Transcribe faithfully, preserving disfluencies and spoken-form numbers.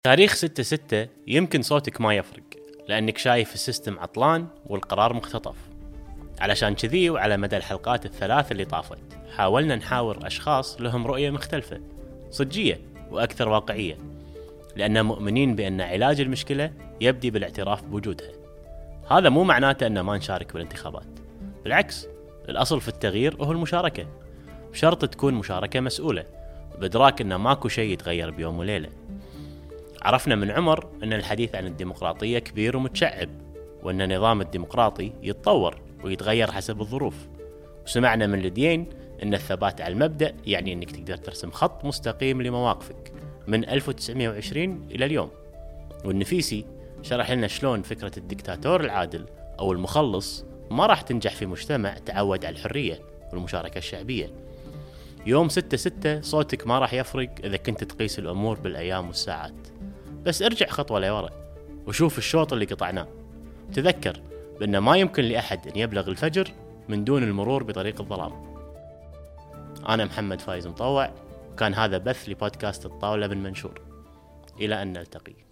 تاريخ ستة ستة يمكن صوتك ما يفرق لأنك شايف السيستم عطلان والقرار مختطف. علشان كذي وعلى مدى الحلقات الثلاث اللي طافت حاولنا نحاور أشخاص لهم رؤية مختلفة صجية وأكثر واقعية، لأننا مؤمنين بأن علاج المشكلة يبدي بالاعتراف بوجودها. هذا مو معناته أن ما نشارك بالانتخابات، بالعكس الأصل في التغيير هو المشاركة، بشرط تكون مشاركة مسؤولة بإدراك أن ماكو شيء يتغير بيوم وليلة. عرفنا من عمر أن الحديث عن الديمقراطية كبير ومتشعب، وأن النظام الديمقراطي يتطور ويتغير حسب الظروف. وسمعنا من لديين أن الثبات على المبدأ يعني أنك تقدر ترسم خط مستقيم لمواقفك من ألف وتسعمائة وعشرين إلى اليوم. والنفيسي شرح لنا شلون فكرة الدكتاتور العادل أو المخلص ما راح تنجح في مجتمع تعود على الحرية والمشاركة الشعبية. يوم ستة ستة صوتك ما راح يفرق إذا كنت تقيس الأمور بالأيام والساعات، بس ارجع خطوة لورا وشوف الشوط اللي قطعناه. تذكر بأن ما يمكن لأحد أن يبلغ الفجر من دون المرور بطريق الظلام. أنا محمد فايز مطوع، وكان هذا بث لبودكاست الطاولة بالمنشور. إلى أن نلتقي.